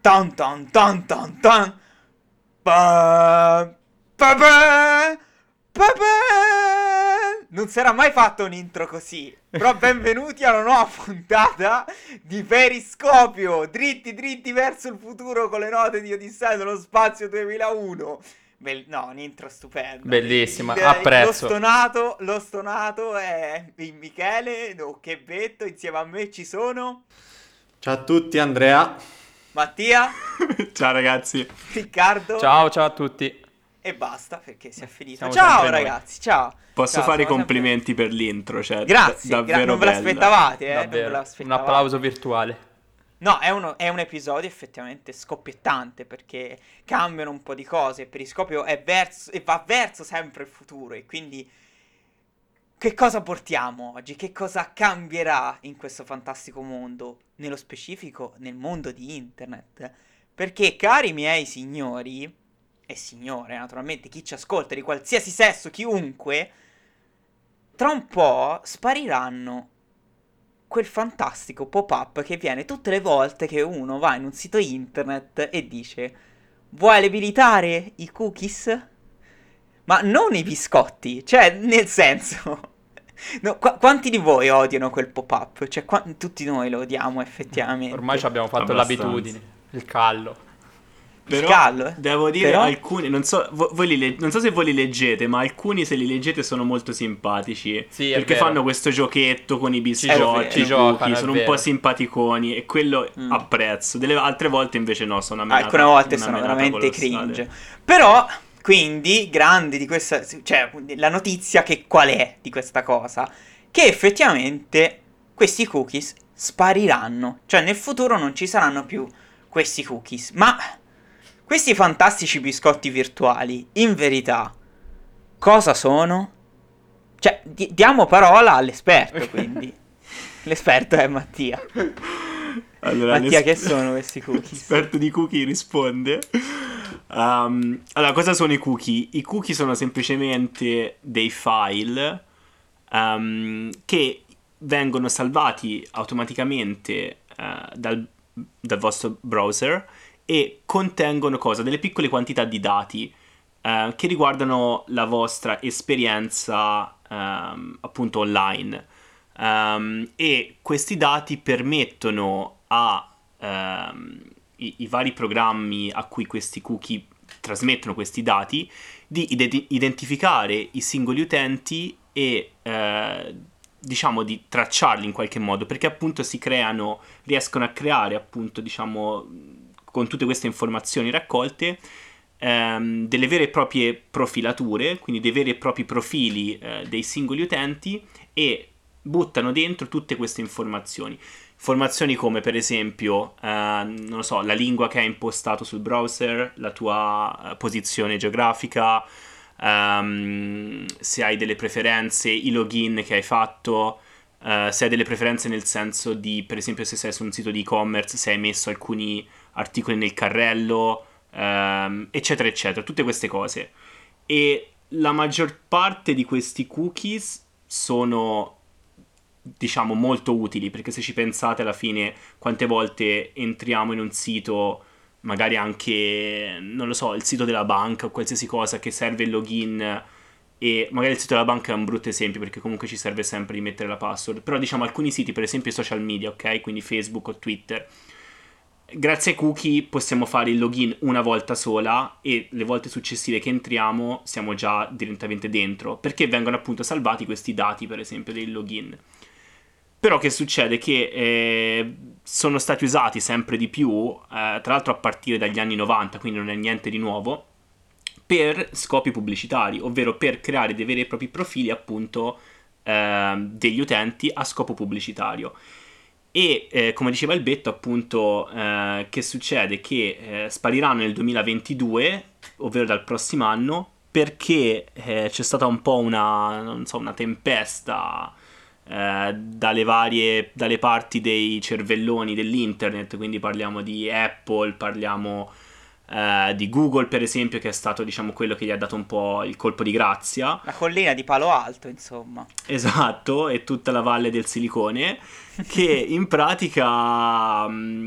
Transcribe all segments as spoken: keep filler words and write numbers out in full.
Tan tan tan tan tan. Pa, pa, pa, pa, pa. Non si era mai fatto un intro così. Però benvenuti a una nuova puntata di Periscopio, dritti dritti verso il futuro con le note di Odissea dello spazio duemilauno. Bell- no, un intro stupendo. Bellissima, Il- apprezzo. Lo stonato, lo stonato è il Michele, no, che vetto, insieme a me ci sono Ciao a tutti, Andrea. Mattia, Ciao ragazzi. Riccardo Ciao, ciao a tutti. e basta perché si è finito. Siamo Ciao sempre noi. ragazzi, ciao. Posso Ciao, fare i siamo sempre- complimenti per l'intro, cioè Grazie, da- gra- davvero non ve bella. l'aspettavate, eh? Non ve Davvero. Un l'aspettavate. applauso virtuale. No, è, uno- è un episodio effettivamente scoppiettante perché cambiano un po' di cose. Periscopio è verso e va verso sempre il futuro. E quindi che cosa portiamo oggi? Che cosa cambierà in questo fantastico mondo? Nello specifico nel mondo di internet. Perché, cari miei signori e signore, naturalmente chi ci ascolta di qualsiasi sesso, chiunque, tra un po' spariranno quel fantastico pop-up che viene tutte le volte che uno va in un sito internet e dice: vuoi abilitare i cookies? Ma non i biscotti, cioè nel senso no, qu- quanti di voi odiano quel pop-up? Cioè qua- tutti noi lo odiamo effettivamente. Ormai ci abbiamo fatto Abbastanza. l'abitudine. Il callo. Però Scallo, eh? devo dire Però- alcuni, non so, vo- voi li le- non so se voi li leggete, ma alcuni se li leggete sono molto simpatici. Sì, è perché vero. fanno questo giochetto con i Ci gio- biscotti, ci i giocano, cookie, è sono un vero. po' simpaticoni e quello Mm. apprezzo. Delle altre volte invece no, sono una menata, Alcune volte una sono menata veramente colossale. cringe. Però, quindi, grandi di questa... Cioè, la notizia che qual è di questa cosa? Che effettivamente questi cookies spariranno. Cioè, nel futuro non ci saranno più questi cookies. Ma questi fantastici biscotti virtuali, in verità, cosa sono? Cioè, di- diamo parola all'esperto, quindi. L'esperto è Mattia. Allora, Mattia, l'esp- che sono questi cookies? L'esperto di cookie risponde. Um, allora, cosa sono i cookie? I cookie sono semplicemente dei file um, che vengono salvati automaticamente uh, dal, dal vostro browser e contengono cosa? Delle piccole quantità di dati uh, che riguardano la vostra esperienza um, appunto online. Um, e questi dati permettono a um, i, i vari programmi a cui questi cookie trasmettono questi dati di ide- identificare i singoli utenti e eh, diciamo di tracciarli in qualche modo, perché appunto si creano, riescono a creare appunto diciamo con tutte queste informazioni raccolte ehm, delle vere e proprie profilature, quindi dei veri e propri profili eh, dei singoli utenti e buttano dentro tutte queste informazioni. Informazioni come per esempio, eh, non lo so, la lingua che hai impostato sul browser, la tua eh, posizione geografica, ehm, se hai delle preferenze, i login che hai fatto, eh, se hai delle preferenze nel senso di, per esempio, se sei su un sito di e-commerce, se hai messo alcuni articoli nel carrello, ehm, eccetera, eccetera, tutte queste cose. E la maggior parte di questi cookies sono diciamo molto utili, perché se ci pensate alla fine quante volte entriamo in un sito, magari anche non lo so, il sito della banca o qualsiasi cosa che serve il login, e magari il sito della banca è un brutto esempio perché comunque ci serve sempre di mettere la password, però diciamo alcuni siti, per esempio i social media, ok, quindi Facebook o Twitter, grazie ai cookie possiamo fare il login una volta sola e le volte successive che entriamo siamo già direttamente dentro, perché vengono appunto salvati questi dati, per esempio del login. Però che succede? Che eh, sono stati usati sempre di più, eh, tra l'altro a partire dagli anni novanta, quindi non è niente di nuovo, per scopi pubblicitari, ovvero per creare dei veri e propri profili appunto eh, degli utenti a scopo pubblicitario. E eh, come diceva il Betto appunto, eh, che succede? Che eh, spariranno nel duemilaventidue, ovvero dal prossimo anno, perché eh, c'è stata un po' una, non so, una tempesta eh, dalle varie dalle parti dei cervelloni dell'internet, quindi parliamo di Apple, parliamo eh, di Google per esempio, che è stato diciamo quello che gli ha dato un po' il colpo di grazia. La collina di Palo Alto, insomma. Esatto, e tutta la valle del silicone, che in pratica mh,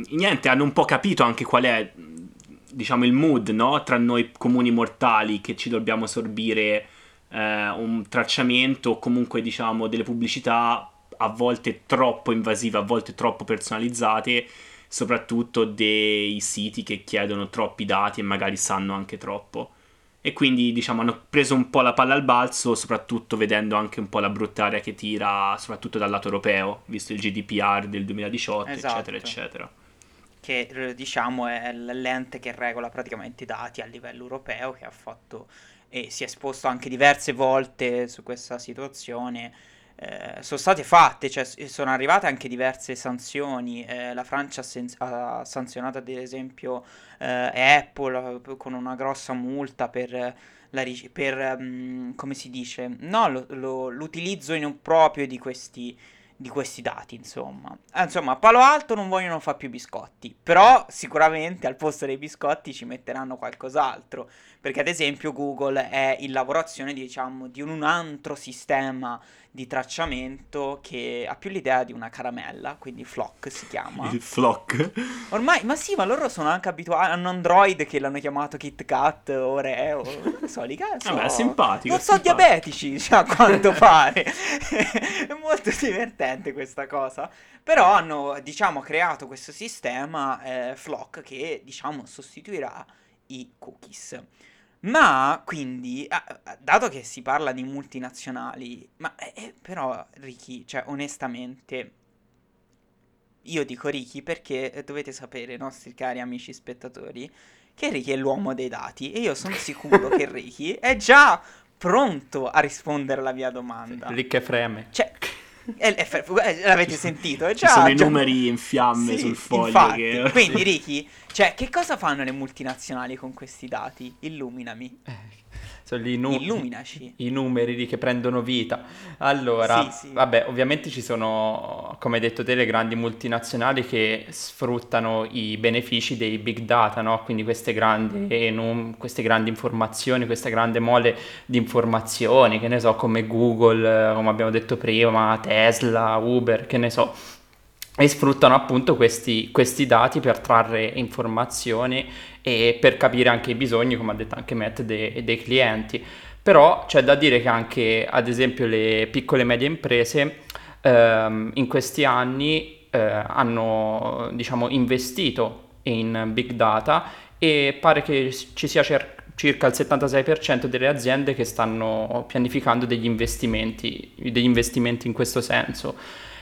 niente, hanno un po' capito anche qual è, diciamo, il mood, no? Tra noi comuni mortali che ci dobbiamo sorbire eh, un tracciamento o comunque, diciamo, delle pubblicità a volte troppo invasive, a volte troppo personalizzate, soprattutto dei siti che chiedono troppi dati e magari sanno anche troppo. E quindi, diciamo, hanno preso un po' la palla al balzo, soprattutto vedendo anche un po' la brutta aria che tira, soprattutto dal lato europeo, visto il G D P R del duemiladiciotto, Esatto. eccetera, eccetera. Che eh, diciamo è l- l'ente che regola praticamente i dati a livello europeo, che ha fatto e si è esposto anche diverse volte su questa situazione. Eh, sono state fatte, cioè s- sono arrivate anche diverse sanzioni. Eh, la Francia ha, sen- ha sanzionato ad esempio eh, Apple eh, con una grossa multa per, eh, la ric- per mm, come si dice? No, lo- lo- l'utilizzo improprio di questi di questi dati, insomma. Eh, insomma, a Palo Alto non vogliono fare più biscotti, però sicuramente al posto dei biscotti ci metteranno qualcos'altro, perché ad esempio Google è in lavorazione, diciamo, di un altro sistema di tracciamento che ha più l'idea di una caramella, quindi Flock si chiama. Il flock. Ormai, ma sì, ma loro sono anche abituati. Hanno Android che l'hanno chiamato Kit Kat o Oreo. Non lo so, li so, Vabbè, è simpatico, non è sono simpatico. diabetici, cioè, a quanto pare. È molto divertente questa cosa. Però hanno, diciamo, creato questo sistema eh, Flock che, diciamo, sostituirà i cookies. Ma quindi, ah, ah, dato che si parla di multinazionali, ma eh, eh, però, Ricky, cioè, onestamente. Io dico Ricky perché eh, dovete sapere, nostri cari amici spettatori, che Ricky è l'uomo dei dati e io sono sicuro che Ricky è già pronto a rispondere alla mia domanda. Lì che freme. Cioè, è- è fe- eh, l'avete sentito? È Ci già, sono i già- numeri in fiamme Sì, sul foglio. infatti. Che... Quindi Ricky, cioè, che cosa fanno le multinazionali con questi dati? Illuminami. Eh, sono lì i, nu- Illuminaci. i numeri lì che prendono vita. Allora, Sì, sì. vabbè, ovviamente ci sono, come hai detto te, le grandi multinazionali che sfruttano i benefici dei big data, no? Quindi queste grandi, num- queste grandi informazioni, questa grande mole di informazioni, che ne so, come Google, eh, come abbiamo detto prima, Tesla, Uber, che ne so. E sfruttano appunto questi, questi dati per trarre informazioni e per capire anche i bisogni, come ha detto anche Matt, dei, dei clienti. Però c'è da dire che anche, ad esempio, le piccole e medie imprese ehm, in questi anni eh, hanno, diciamo, investito in big data e pare che ci sia cer- circa il settantasei per cento delle aziende che stanno pianificando degli investimenti, degli investimenti in questo senso.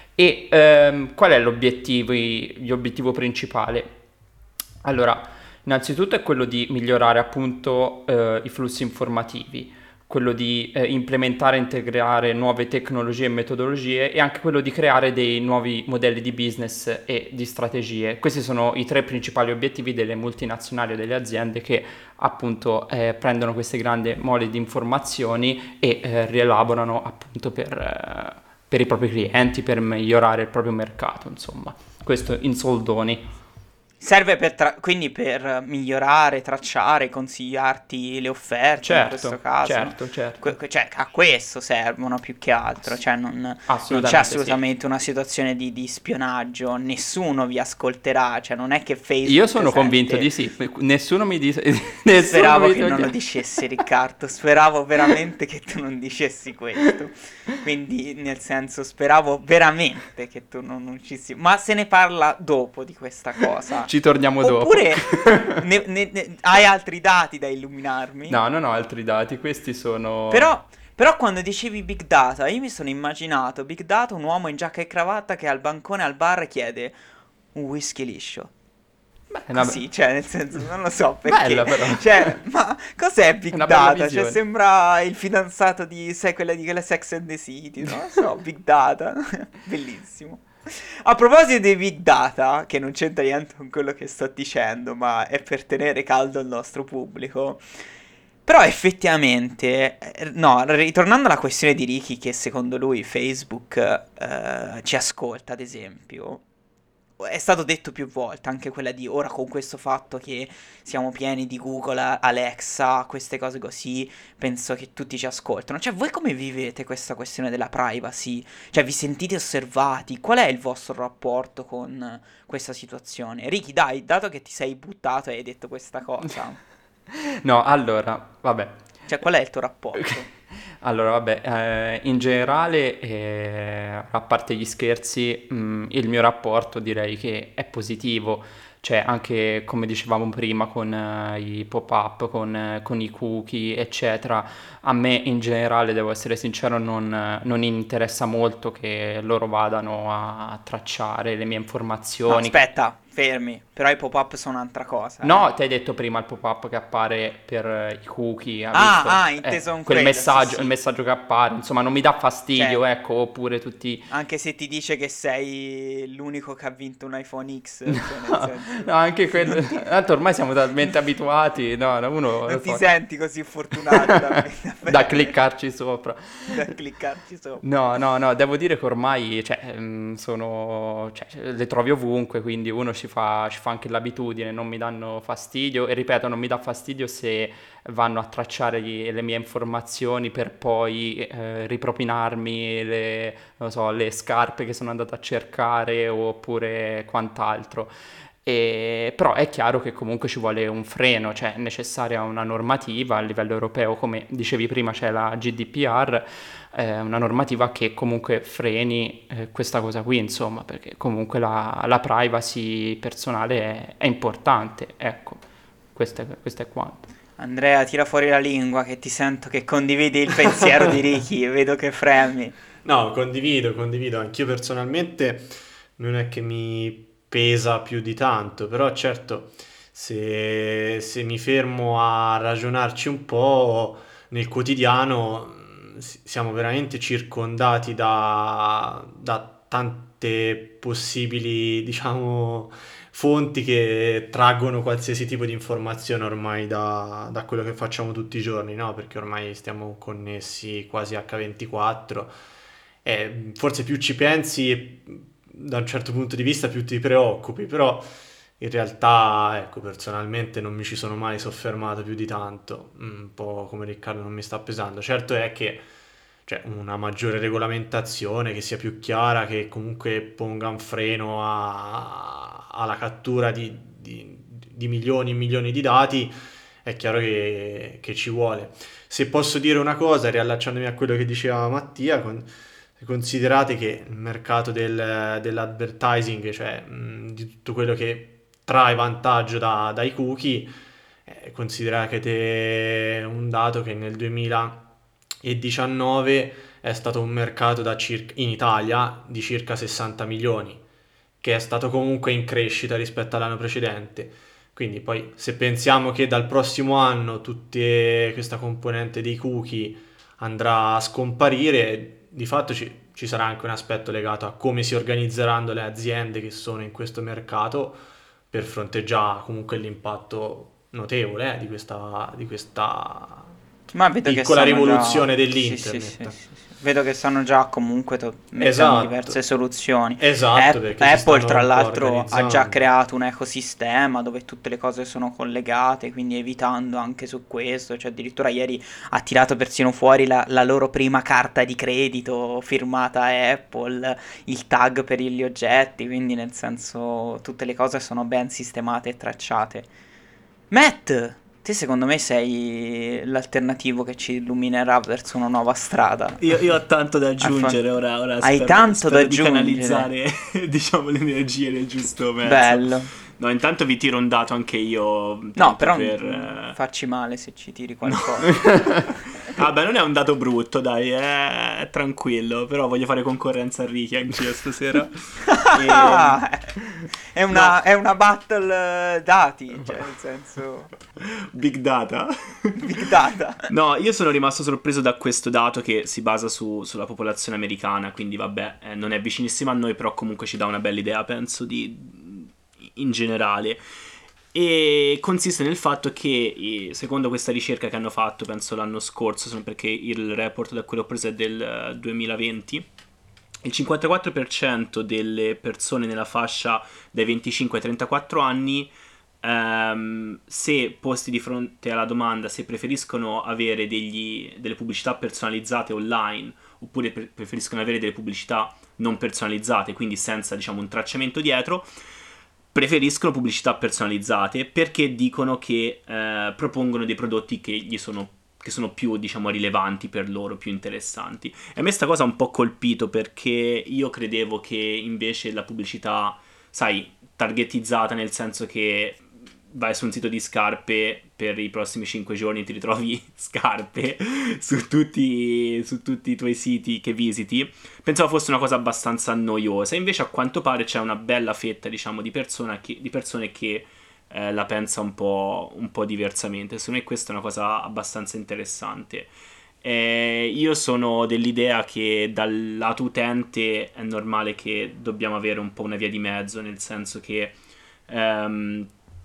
E ehm, qual è l'obiettivo, l'obiettivo principale? Allora, innanzitutto è quello di migliorare appunto eh, i flussi informativi, quello di eh, implementare e integrare nuove tecnologie e metodologie e anche quello di creare dei nuovi modelli di business e di strategie. Questi sono i tre principali obiettivi delle multinazionali o delle aziende che appunto eh, prendono queste grandi mole di informazioni e eh, rielaborano appunto per, eh, per i propri clienti, per migliorare il proprio mercato, insomma. Questo in soldoni. Serve per tra- quindi per migliorare, tracciare, consigliarti le offerte in questo Certo, caso. certo, certo. Que- que- cioè, a questo servono più che altro. Cioè, non, non c'è Assolutamente sì. assolutamente una situazione di, di spionaggio. Nessuno vi ascolterà. Cioè, non è che Facebook. Io sono sente- convinto di sì, nessuno mi dice... nessuno Speravo mi che non lo dicessi, Riccardo. Speravo veramente che tu non dicessi questo. Quindi, nel senso, speravo veramente che tu non uscissi. Ma se ne parla dopo di questa cosa. Ci torniamo Oppure dopo. ne- ne- ne- hai altri dati da illuminarmi? No, non ho altri dati, questi sono... Però, però quando dicevi Big Data, io mi sono immaginato Big Data, un uomo in giacca e cravatta che al bancone al bar chiede un whisky liscio. Beh, è una- Così, cioè, nel senso, non lo so perché. Bella, però. Cioè, ma cos'è Big È una bella Data? Cioè, visione. sembra il fidanzato di, sai, quella di quella Sex and the City, non lo so, Big Data. Bellissimo. A proposito dei Big Data, che non c'entra niente con quello che sto dicendo, ma è per tenere caldo il nostro pubblico. Però effettivamente, eh, no, ritornando alla questione di Ricky, che secondo lui Facebook eh, ci ascolta, ad esempio. è stato detto più volte, anche quella di ora con questo fatto che siamo pieni di Google, Alexa, queste cose così, penso che tutti ci ascoltano. Cioè, voi come vivete questa questione della privacy? Cioè, vi sentite osservati? Qual è il vostro rapporto con questa situazione? Ricky, dai, dato che ti sei buttato e hai detto questa cosa, No, allora, vabbè. cioè, qual è il tuo rapporto? Allora, vabbè, eh, in generale, eh, a parte gli scherzi, mh, il mio rapporto direi che è positivo, cioè anche come dicevamo prima con eh, i pop-up, con, eh, con i cookie, eccetera, a me in generale, devo essere sincero, non, eh, non interessa molto che loro vadano a tracciare le mie No, informazioni. aspetta, fermi, però i pop-up sono un'altra cosa, eh. No, ti hai detto prima il pop-up che appare per eh, i cookie, ha Ah, visto? ah, Eh, inteso con quel quello, sì, messaggio, il sì. messaggio che appare, insomma, non mi dà fastidio, Cioè, ecco, oppure tutti... anche se ti dice che sei l'unico che ha vinto un iPhone X, cioè nel No, senso, anche quello... non ti, Tanto ormai siamo talmente abituati, no, no, uno, lo non ti so, senti così fortunato da, da da, cliccarci sopra. da cliccarci sopra. No, no, no, devo dire che ormai, cioè, ehm, sono, cioè, le trovi ovunque, quindi uno ci fa, ci fa anche l'abitudine, non mi danno fastidio e ripeto, non mi dà fastidio se vanno a tracciare gli- le mie informazioni per poi eh, ripropinarmi le, non so, le scarpe che sono andato a cercare oppure quant'altro. E- però è chiaro che comunque ci vuole un freno, cioè è necessaria una normativa a livello europeo, come dicevi prima c'è la G D P R, eh, una normativa che comunque freni eh, questa cosa qui, insomma, perché comunque la, la privacy personale è, è importante, ecco, questo è, questo è quanto. Andrea, tira fuori la lingua che ti sento che condividi il pensiero di Ricky e vedo che fremi. No, condivido, condivido. Anch'io personalmente non è che mi pesa più di tanto, però certo, se, se mi fermo a ragionarci un po', nel quotidiano mh, si- siamo veramente circondati da, da tante possibili, diciamo, fonti che traggono qualsiasi tipo di informazione ormai da, da quello che facciamo tutti i giorni, no? Perché ormai stiamo connessi quasi acca ventiquattro e forse più ci pensi e da un certo punto di vista più ti preoccupi, però in realtà, ecco, personalmente non mi ci sono mai soffermato più di tanto, un po' come Riccardo non mi sta pesando. Certo è che c'è una maggiore regolamentazione che sia più chiara, che comunque ponga un freno a- alla cattura di, di- di milioni e milioni di dati, è chiaro che, che ci vuole. Se posso dire una cosa, riallacciandomi a quello che diceva Mattia, con- considerate che il mercato del- dell'advertising, cioè mh, di tutto quello che trae vantaggio da- dai cookie, eh, considerate un dato che nel duemiladiciannove è stato un mercato da circa, in Italia di circa sessanta milioni, che è stato comunque in crescita rispetto all'anno precedente. Quindi poi se pensiamo che dal prossimo anno tutta questa componente dei cookie andrà a scomparire, di fatto ci, ci sarà anche un aspetto legato a come si organizzeranno le aziende che sono in questo mercato per fronteggiare comunque l'impatto notevole eh, di questa, di questa Ma vedo che piccola stanno già... rivoluzione Sì, sì, sì, dell'internet. sì, sì. Vedo che stanno già comunque to- mettendo Esatto, diverse soluzioni. esatto, App- perché si Apple, stanno tra un po' l'altro, ha già organizzando. creato un ecosistema dove tutte le cose sono collegate, quindi evitando anche su questo. Cioè, addirittura ieri ha tirato persino fuori la, la loro prima carta di credito firmata Apple, il tag per gli oggetti, quindi nel senso tutte le cose sono ben sistemate e tracciate. Matt, te secondo me sei l'alternativo che ci illuminerà verso una nuova strada. Io, io ho tanto da Affron- aggiungere, ora, ora Hai spero, tanto da spero di aggiungere. canalizzare, diciamo, le energie nel giusto mezzo. Bello. No, intanto vi tiro un dato anche io, No, tanto però per... mm, eh, facci male se ci tiri qualcosa. Vabbè, non è un dato brutto, dai, è, è tranquillo, però voglio fare concorrenza a Ricky anch'io stasera. E... È una, No. è una battle eh, dati, cioè nel senso Big data. big data. No, io sono rimasto sorpreso da questo dato che si basa su- sulla popolazione americana, quindi vabbè, eh, non è vicinissima a noi, però comunque ci dà una bella idea, penso, di in generale. E consiste nel fatto che, eh, secondo questa ricerca che hanno fatto, penso l'anno scorso, sono perché il report da quello preso è del eh, duemilaventi, il cinquantaquattro per cento delle persone nella fascia dai venticinque ai trentaquattro anni, ehm, se posti di fronte alla domanda se preferiscono avere degli, delle pubblicità personalizzate online oppure pre- preferiscono avere delle pubblicità non personalizzate, quindi senza, diciamo, un tracciamento dietro, preferiscono pubblicità personalizzate perché dicono che eh, propongono dei prodotti che gli sono che sono più, diciamo, rilevanti per loro, più interessanti. E a me sta cosa ha un po' colpito, perché io credevo che invece la pubblicità, sai, targetizzata, nel senso che vai su un sito di scarpe, per i prossimi cinque giorni ti ritrovi scarpe su tutti, su tutti i tuoi siti che visiti, pensavo fosse una cosa abbastanza noiosa. Invece a quanto pare c'è una bella fetta, diciamo, di, persona che, di persone che eh, la pensa un po', un po' diversamente. Secondo me questa è una cosa abbastanza interessante. Eh, io sono dell'idea che dal lato utente è normale che dobbiamo avere un po' una via di mezzo, nel senso che ehm,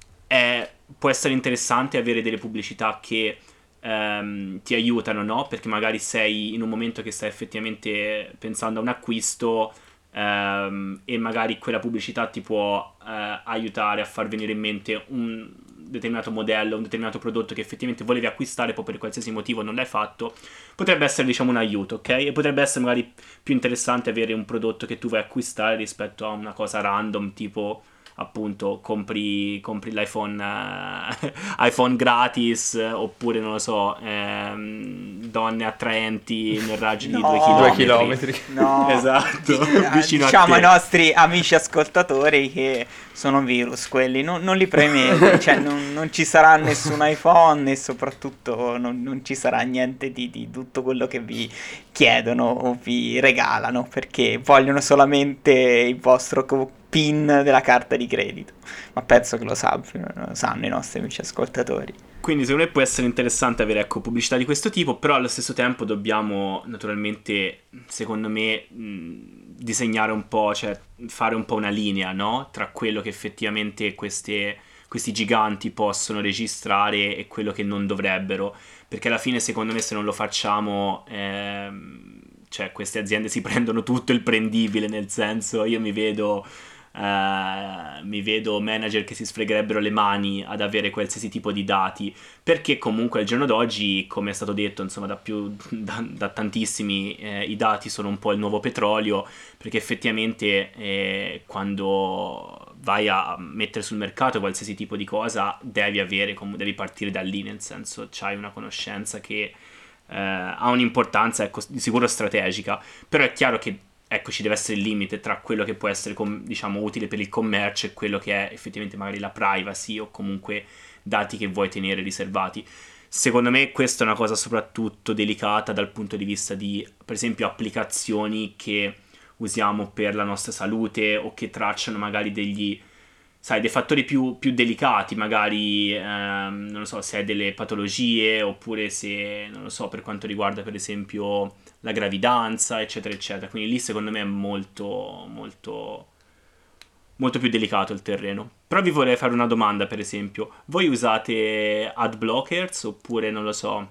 è, può essere interessante avere delle pubblicità che ehm, ti aiutano, no? Perché magari sei in un momento che stai effettivamente pensando a un acquisto, ehm, e magari quella pubblicità ti può eh, aiutare a far venire in mente un determinato modello, un determinato prodotto che effettivamente volevi acquistare, poi per qualsiasi motivo non l'hai fatto. Potrebbe essere, diciamo, un aiuto, ok? E potrebbe essere magari più interessante avere un prodotto che tu vuoi acquistare rispetto a una cosa random, tipo appunto compri, compri l'iPhone eh, iPhone gratis, oppure non lo so, ehm, donne attraenti nel raggio di No, due Due chilometri. chilometri. No, Esatto, Di- vicino a diciamo te. ai nostri amici ascoltatori che sono virus quelli, non, non li premete, cioè non, non ci sarà nessun iPhone e soprattutto non, non ci sarà niente di, di tutto quello che vi chiedono o vi regalano, perché vogliono solamente il vostro co- PIN della carta di credito, ma penso che lo sappiano, lo sanno i nostri amici ascoltatori. Quindi secondo me può essere interessante avere, ecco, pubblicità di questo tipo, però allo stesso tempo dobbiamo naturalmente, secondo me, mh, disegnare un po', cioè fare un po' una linea, no? Tra quello che effettivamente queste, questi giganti possono registrare e quello che non dovrebbero, perché alla fine secondo me se non lo facciamo, ehm, cioè queste aziende si prendono tutto il prendibile, nel senso io mi vedo... Uh, mi vedo manager che si sfregherebbero le mani ad avere qualsiasi tipo di dati, perché comunque al giorno d'oggi, come è stato detto, insomma, da, più, da, da tantissimi, eh, i dati sono un po' il nuovo petrolio, perché effettivamente eh, quando vai a mettere sul mercato qualsiasi tipo di cosa devi avere, devi partire da lì, nel senso c'hai una conoscenza che eh, ha un'importanza, ecco, di sicuro strategica, però è chiaro che, ecco, ci deve essere il limite tra quello che può essere, diciamo, utile per il commercio e quello che è effettivamente magari la privacy o comunque dati che vuoi tenere riservati. Secondo me questa è una cosa soprattutto delicata dal punto di vista di, per esempio, applicazioni che usiamo per la nostra salute o che tracciano magari degli, sai, dei fattori più, più delicati, magari, ehm, non lo so, se hai delle patologie, oppure se, non lo so, per quanto riguarda per esempio la gravidanza, eccetera, eccetera. Quindi lì secondo me è molto, molto, molto più delicato il terreno. Però vi vorrei fare una domanda, per esempio. Voi usate ad blockers oppure, non lo so?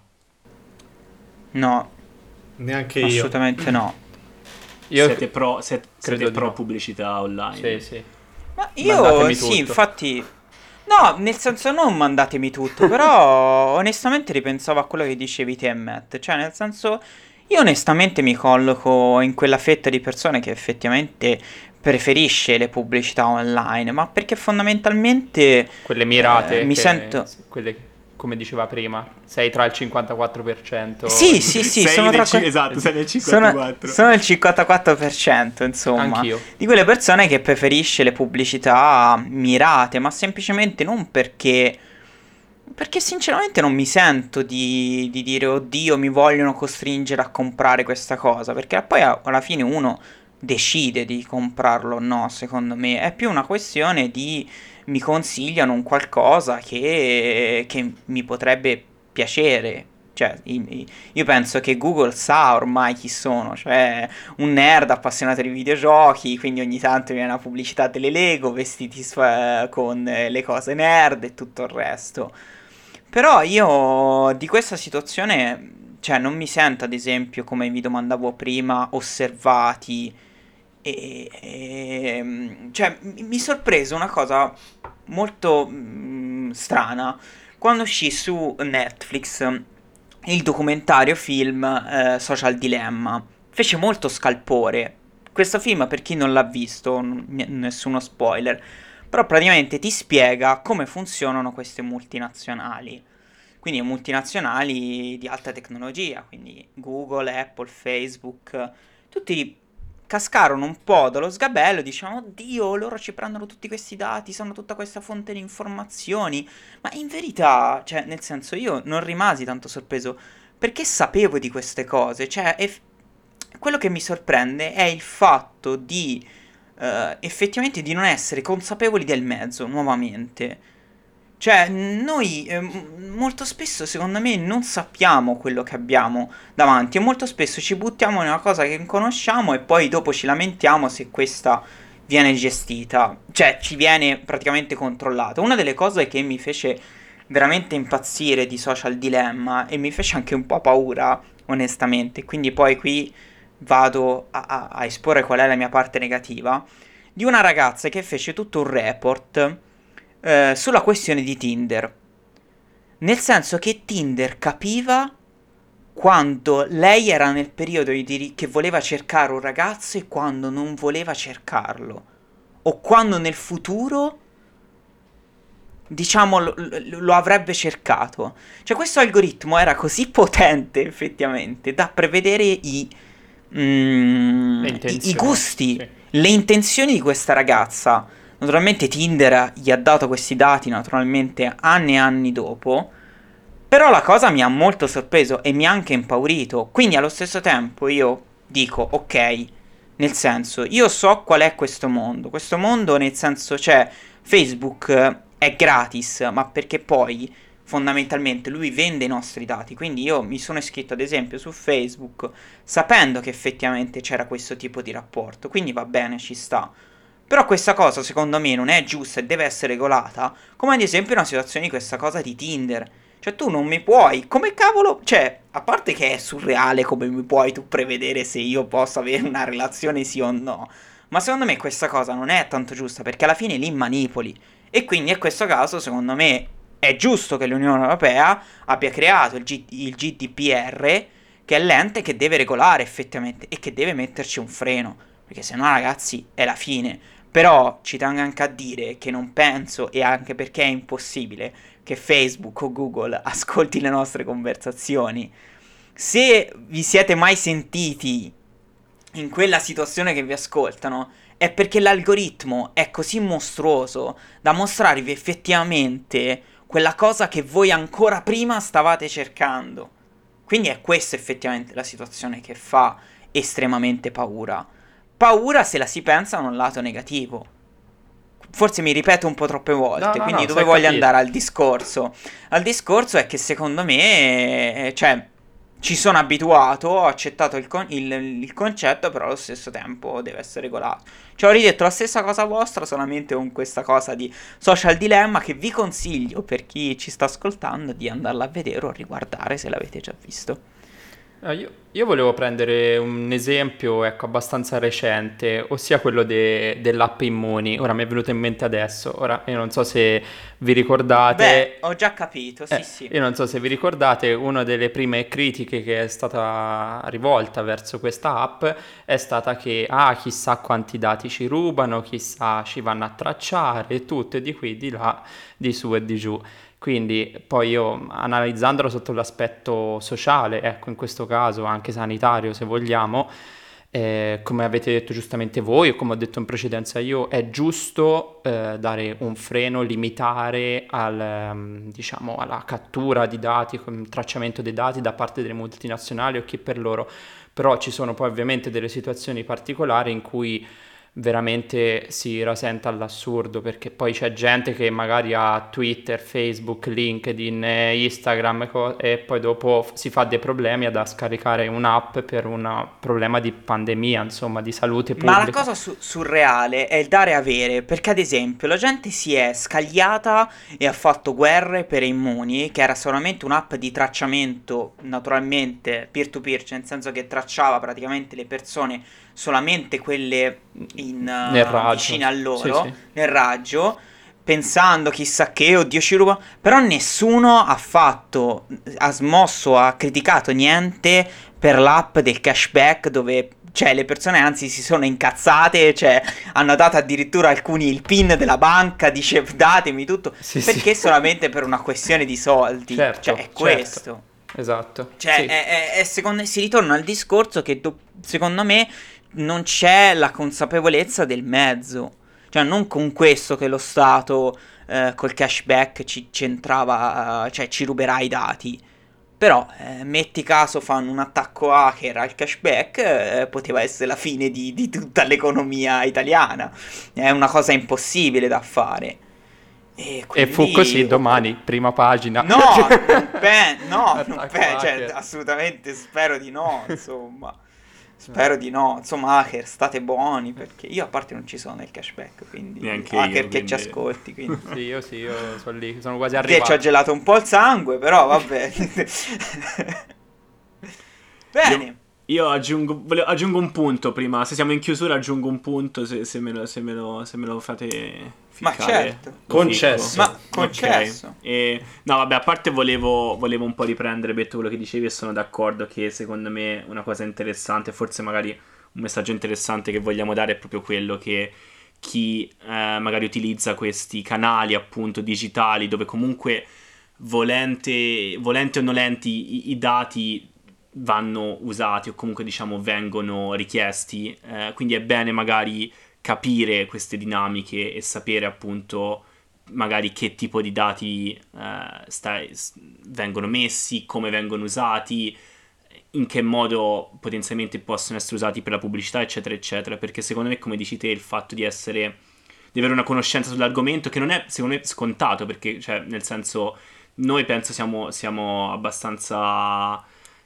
No, Neanche io. assolutamente no. Io Siete pro, siete, siete credo di pro no. pubblicità online? Sì, sì. Ma io Mandatemi sì, tutto. infatti. No, nel senso non mandatemi tutto, però onestamente ripensavo a quello che dicevi te e Matt. Cioè, nel senso, io onestamente mi colloco in quella fetta di persone che effettivamente preferisce le pubblicità online, ma perché fondamentalmente Quelle mirate, eh, mi che- sento. quelle, come diceva prima, sei tra il cinquantaquattro per cento. Sì, sì, sì, Sei sono nel tra ci- que- esatto, sei nel sono, cinquantaquattro. sono il cinquantaquattro per cento, insomma, Anch'io. di quelle persone che preferisce le pubblicità mirate, ma semplicemente non perché, perché sinceramente non mi sento di, di dire, oddio, mi vogliono costringere a comprare questa cosa, perché poi a- alla fine uno decide di comprarlo o no, secondo me, è più una questione di mi consigliano un qualcosa che, che mi potrebbe piacere. Cioè, i- i- io penso che Google sa ormai chi sono, cioè un nerd appassionato di videogiochi, quindi ogni tanto viene la pubblicità delle Lego, vestiti sfa- con eh, le cose nerd e tutto il resto. Però io di questa situazione, cioè non mi sento ad esempio, come vi domandavo prima, osservati E, e- cioè, mi mi sorprese una cosa molto mm, strana quando uscì su Netflix il documentario film eh, Social Dilemma. Fece molto scalpore. Questo film, per chi non l'ha visto, n- nessuno spoiler, però praticamente ti spiega come funzionano queste multinazionali. Quindi multinazionali di alta tecnologia, quindi Google, Apple, Facebook, tutti cascarono un po' dallo sgabello e dicevano, oddio, loro ci prendono tutti questi dati, sono tutta questa fonte di informazioni. Ma in verità, cioè, nel senso, io non rimasi tanto sorpreso perché sapevo di queste cose. Cioè, eff- quello che mi sorprende è il fatto di eh, effettivamente di non essere consapevoli del mezzo, nuovamente. Cioè, noi eh, m- molto spesso, secondo me, non sappiamo quello che abbiamo davanti e molto spesso ci buttiamo in una cosa che non conosciamo e poi dopo ci lamentiamo se questa viene gestita, cioè ci viene praticamente controllata. Una delle cose che mi fece veramente impazzire di Social Dilemma e mi fece anche un po' paura, onestamente, quindi poi qui vado a, a- a esporre qual è la mia parte negativa, di una ragazza che fece tutto un report eh, sulla questione di Tinder. Nel senso che Tinder capiva quando lei era nel periodo di ri- che voleva cercare un ragazzo e quando non voleva cercarlo. O quando nel futuro, diciamo, lo, lo- lo avrebbe cercato. Cioè, questo algoritmo era così potente, effettivamente, da prevedere i, mm, Le i, i intenzioni, gusti, sì. le intenzioni di questa ragazza. Naturalmente Tinder gli ha dato questi dati, naturalmente, anni e anni dopo. Però la cosa mi ha molto sorpreso e mi ha anche impaurito. Quindi allo stesso tempo io dico, ok, nel senso, io so qual è questo mondo. Questo mondo, nel senso, cioè, Facebook eh, è gratis, ma perché poi fondamentalmente lui vende i nostri dati. Quindi io mi sono iscritto ad esempio su Facebook sapendo che effettivamente c'era questo tipo di rapporto. Quindi va bene, ci sta. Però questa cosa secondo me non è giusta e deve essere regolata, come ad esempio una situazione di questa cosa di Tinder. Cioè tu non mi puoi, come cavolo, cioè, a parte che è surreale come mi puoi tu prevedere se io posso avere una relazione sì o no, ma secondo me questa cosa non è tanto giusta perché alla fine li manipoli. E quindi in questo caso secondo me è giusto che l'Unione Europea abbia creato il, G- il G D P R, che è l'ente che deve regolare effettivamente e che deve metterci un freno, perché sennò ragazzi è la fine. Però ci tengo anche a dire che non penso, e anche perché è impossibile, che Facebook o Google ascolti le nostre conversazioni. Se vi siete mai sentiti in quella situazione che vi ascoltano, è perché l'algoritmo è così mostruoso da mostrarvi effettivamente quella cosa che voi ancora prima stavate cercando. Quindi è questa effettivamente la situazione che fa estremamente paura. Paura se la si pensa da un lato negativo. Forse mi ripeto un po' troppe No, volte, no, quindi no, si dove è voglio capito. andare al discorso? Al discorso è che secondo me, eh, cioè, ci sono abituato, ho accettato il, con- il- il concetto, però allo stesso tempo deve essere regolato. Ci ho ridetto la stessa cosa vostra, solamente con questa cosa di Social Dilemma che vi consiglio, per chi ci sta ascoltando, di andarla a vedere o riguardare se l'avete già visto. Ah, io, io volevo prendere un esempio, ecco, abbastanza recente, ossia quello de- dell'app Immuni. Ora mi è venuto in mente adesso. Ora, io non so se vi Beh, ricordate, ho già capito, sì eh, sì. io non so se vi ricordate, una delle prime critiche che è stata rivolta verso questa app è stata che, ah, chissà quanti dati ci rubano, chissà ci vanno a tracciare, e tutto, e di qui, di là, di su e di giù. Quindi poi io analizzandolo sotto l'aspetto sociale, ecco in questo caso anche sanitario se vogliamo, eh, come avete detto giustamente voi o come ho detto in precedenza io, è giusto eh, dare un freno, limitare al, ehm, diciamo, alla cattura di dati, con tracciamento dei dati da parte delle multinazionali o chi per loro, però ci sono poi ovviamente delle situazioni particolari in cui veramente si rasenta all'assurdo, perché poi c'è gente che magari ha Twitter, Facebook, LinkedIn, eh, Instagram e, co- e poi dopo f- si fa dei problemi ad a scaricare un'app per un problema di pandemia, insomma, di salute Ma la pubblica. cosa su- surreale è il dare e avere, perché ad esempio la gente si è scagliata e ha fatto guerre per Immuni, che era solamente un'app di tracciamento, naturalmente peer-to-peer, cioè nel senso che tracciava praticamente le persone, solamente quelle in, Nel eh, raggio, vicine a sì, loro, sì. nel raggio, pensando chissà che, oddio ci ruba, però nessuno ha fatto, ha smosso, ha criticato niente per l'app del cashback dove, cioè, le persone anzi si sono incazzate, cioè, hanno dato addirittura alcuni il PIN della banca, dice datemi tutto, Sì, sì. perché solamente per una questione di soldi, Certo, cioè, è certo. questo. Esatto, Cioè, sì. è, è- è secondo, si ritorna al discorso che do- secondo me non c'è la consapevolezza del mezzo. Cioè, non con questo che lo Stato eh, col cashback ci c'entrava, eh, cioè ci ruberà i dati. Però, eh, metti caso fanno un attacco hacker al cashback, eh, poteva essere la fine di, di tutta l'economia italiana. È una cosa impossibile da fare. E E fu così quindi... o co- domani, prima pagina. No, non penso, no, non Attacco pe- cioè, hacker. assolutamente spero di no, insomma. Spero di no, insomma, hacker, state buoni, perché io a parte non ci sono nel cashback, quindi Neanche hacker io, che ci quindi- ascolti, quindi... Sì, io sì, io sono lì, sono quasi Che ci arrivato. ho gelato un po' il sangue, però vabbè. Bene. Io, io aggiungo, volevo- aggiungo un punto prima. Se siamo in chiusura, aggiungo un punto. Se, se me, lo, se, me, lo, se me lo fate Ma ficcare, certo. lo Concesso. ficco. Ma concesso. Ok. E, no, vabbè, a parte volevo, volevo un po' riprendere Betto quello che dicevi, e sono d'accordo che secondo me una cosa interessante, forse magari un messaggio interessante che vogliamo dare è proprio quello che chi eh, magari utilizza questi canali appunto digitali dove comunque volente, volente o nolenti i, i dati vanno usati o comunque diciamo vengono richiesti, eh, quindi è bene magari capire queste dinamiche e sapere appunto magari che tipo di dati eh, sta- s- vengono messi, come vengono usati, in che modo potenzialmente possono essere usati per la pubblicità, eccetera, eccetera. Perché secondo me, come dici te, il fatto di essere, di avere una conoscenza sull'argomento, che non è secondo me scontato, perché, cioè, nel senso, noi penso siamo, siamo abbastanza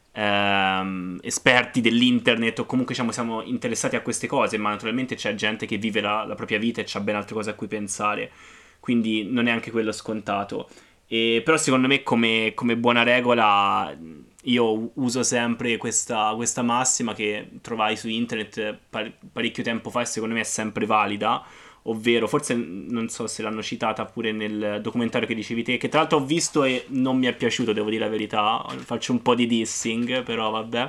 ehm, esperti dell'internet o comunque diciamo, siamo interessati a queste cose, ma naturalmente c'è gente che vive la, la propria vita e c'ha ben altre cose a cui pensare, quindi non è anche quello scontato. E, però secondo me come, come buona regola io uso sempre questa, questa massima che trovai su internet par- parecchio tempo fa e secondo me è sempre valida, ovvero forse non so se l'hanno citata pure nel documentario che dicevi te, che tra l'altro ho visto e non mi è piaciuto, devo dire la verità, faccio un po' di dissing, però vabbè,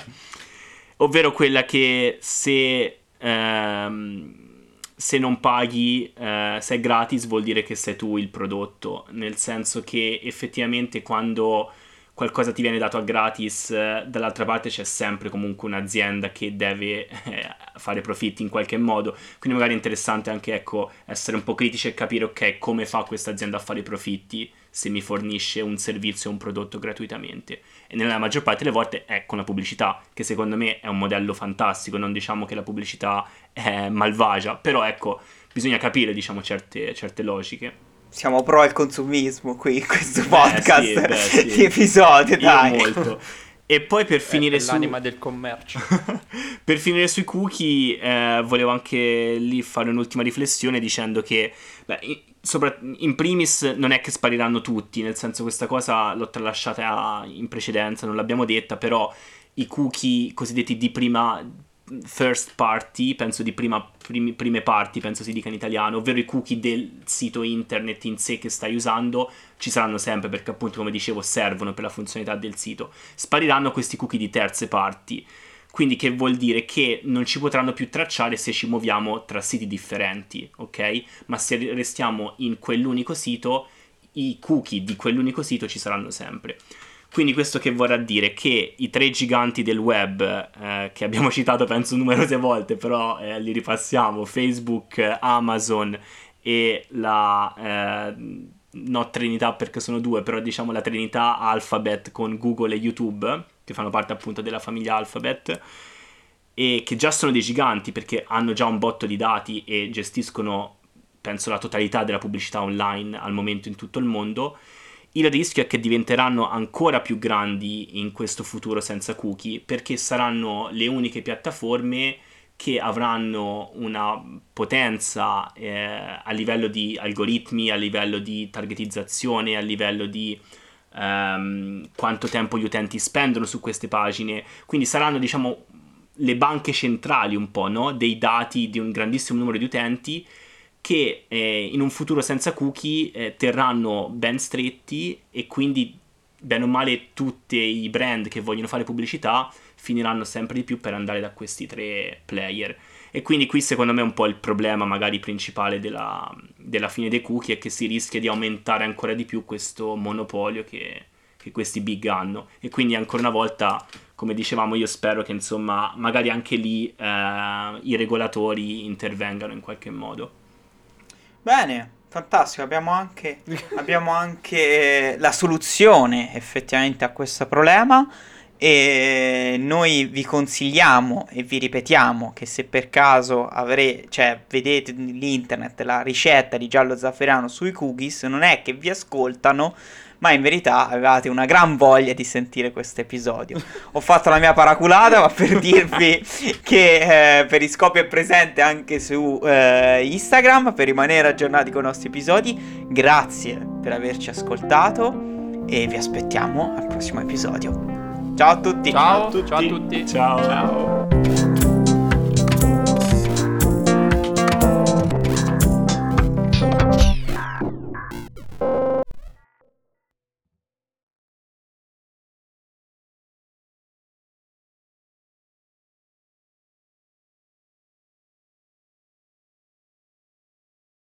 ovvero quella che se, ehm, se non paghi, eh, se è gratis vuol dire che sei tu il prodotto, nel senso che effettivamente quando qualcosa ti viene dato a gratis, eh, dall'altra parte c'è sempre comunque un'azienda che deve eh, fare profitti in qualche modo, quindi magari è interessante anche ecco, essere un po' critici e capire ok come fa questa azienda a fare profitti se mi fornisce un servizio o un prodotto gratuitamente, e nella maggior parte delle volte è con la pubblicità, che secondo me è un modello fantastico, non diciamo che la pubblicità è malvagia, però ecco bisogna capire diciamo certe, certe logiche. Siamo pro al consumismo qui in questo Beh, podcast sì, beh, sì. di episodio, Io dai. molto. E poi per È finire su l'anima del commercio. per finire sui cookie, eh, volevo anche lì fare un'ultima riflessione dicendo che beh, in, sopra- in primis non è che spariranno tutti, nel senso questa cosa l'ho tralasciata in precedenza, non l'abbiamo detta, però i cookie cosiddetti di prima first party, penso di prima, primi- prime parti, penso si dica in italiano, ovvero i cookie del sito internet in sé che stai usando, ci saranno sempre perché appunto come dicevo servono per la funzionalità del sito. Spariranno questi cookie di terze parti, quindi che vuol dire che non ci potranno più tracciare se ci muoviamo tra siti differenti, ok? Ma se restiamo in quell'unico sito, i cookie di quell'unico sito ci saranno sempre. Quindi questo che vorrà dire che i tre giganti del web, eh, che abbiamo citato penso numerose volte, però eh, li ripassiamo, Facebook, Amazon e la, eh, no Trinità perché sono due, però diciamo la Trinità Alphabet con Google e YouTube, che fanno parte appunto della famiglia Alphabet, e che già sono dei giganti perché hanno già un botto di dati e gestiscono, penso, la totalità della pubblicità online al momento in tutto il mondo, il rischio è che diventeranno ancora più grandi in questo futuro senza cookie, perché saranno le uniche piattaforme che avranno una potenza eh, a livello di algoritmi, a livello di targetizzazione, a livello di ehm, quanto tempo gli utenti spendono su queste pagine. Quindi saranno, diciamo, le banche centrali un po', no? Dei dati di un grandissimo numero di utenti che eh, in un futuro senza cookie eh, terranno ben stretti, e quindi bene o male tutti i brand che vogliono fare pubblicità finiranno sempre di più per andare da questi tre player. E quindi qui secondo me un po' il problema magari principale della, della fine dei cookie è che si rischia di aumentare ancora di più questo monopolio che, che questi big hanno. E quindi ancora una volta, come dicevamo, io spero che insomma magari anche lì eh, i regolatori intervengano in qualche modo. Bene, fantastico, abbiamo anche, abbiamo anche la soluzione effettivamente a questo problema, e noi vi consigliamo e vi ripetiamo che se per caso avrete, cioè vedete l'internet la ricetta di giallo zafferano sui cookies, non è che vi ascoltano, ma in verità avevate una gran voglia di sentire questo episodio. Ho fatto la mia paraculata, ma per dirvi che eh, Periscopio è presente anche su eh, Instagram per rimanere aggiornati con i nostri episodi. Grazie per averci ascoltato e vi aspettiamo al prossimo episodio. Ciao a tutti. Ciao, Ciao a tutti. ciao a tutti. Ciao. Ciao.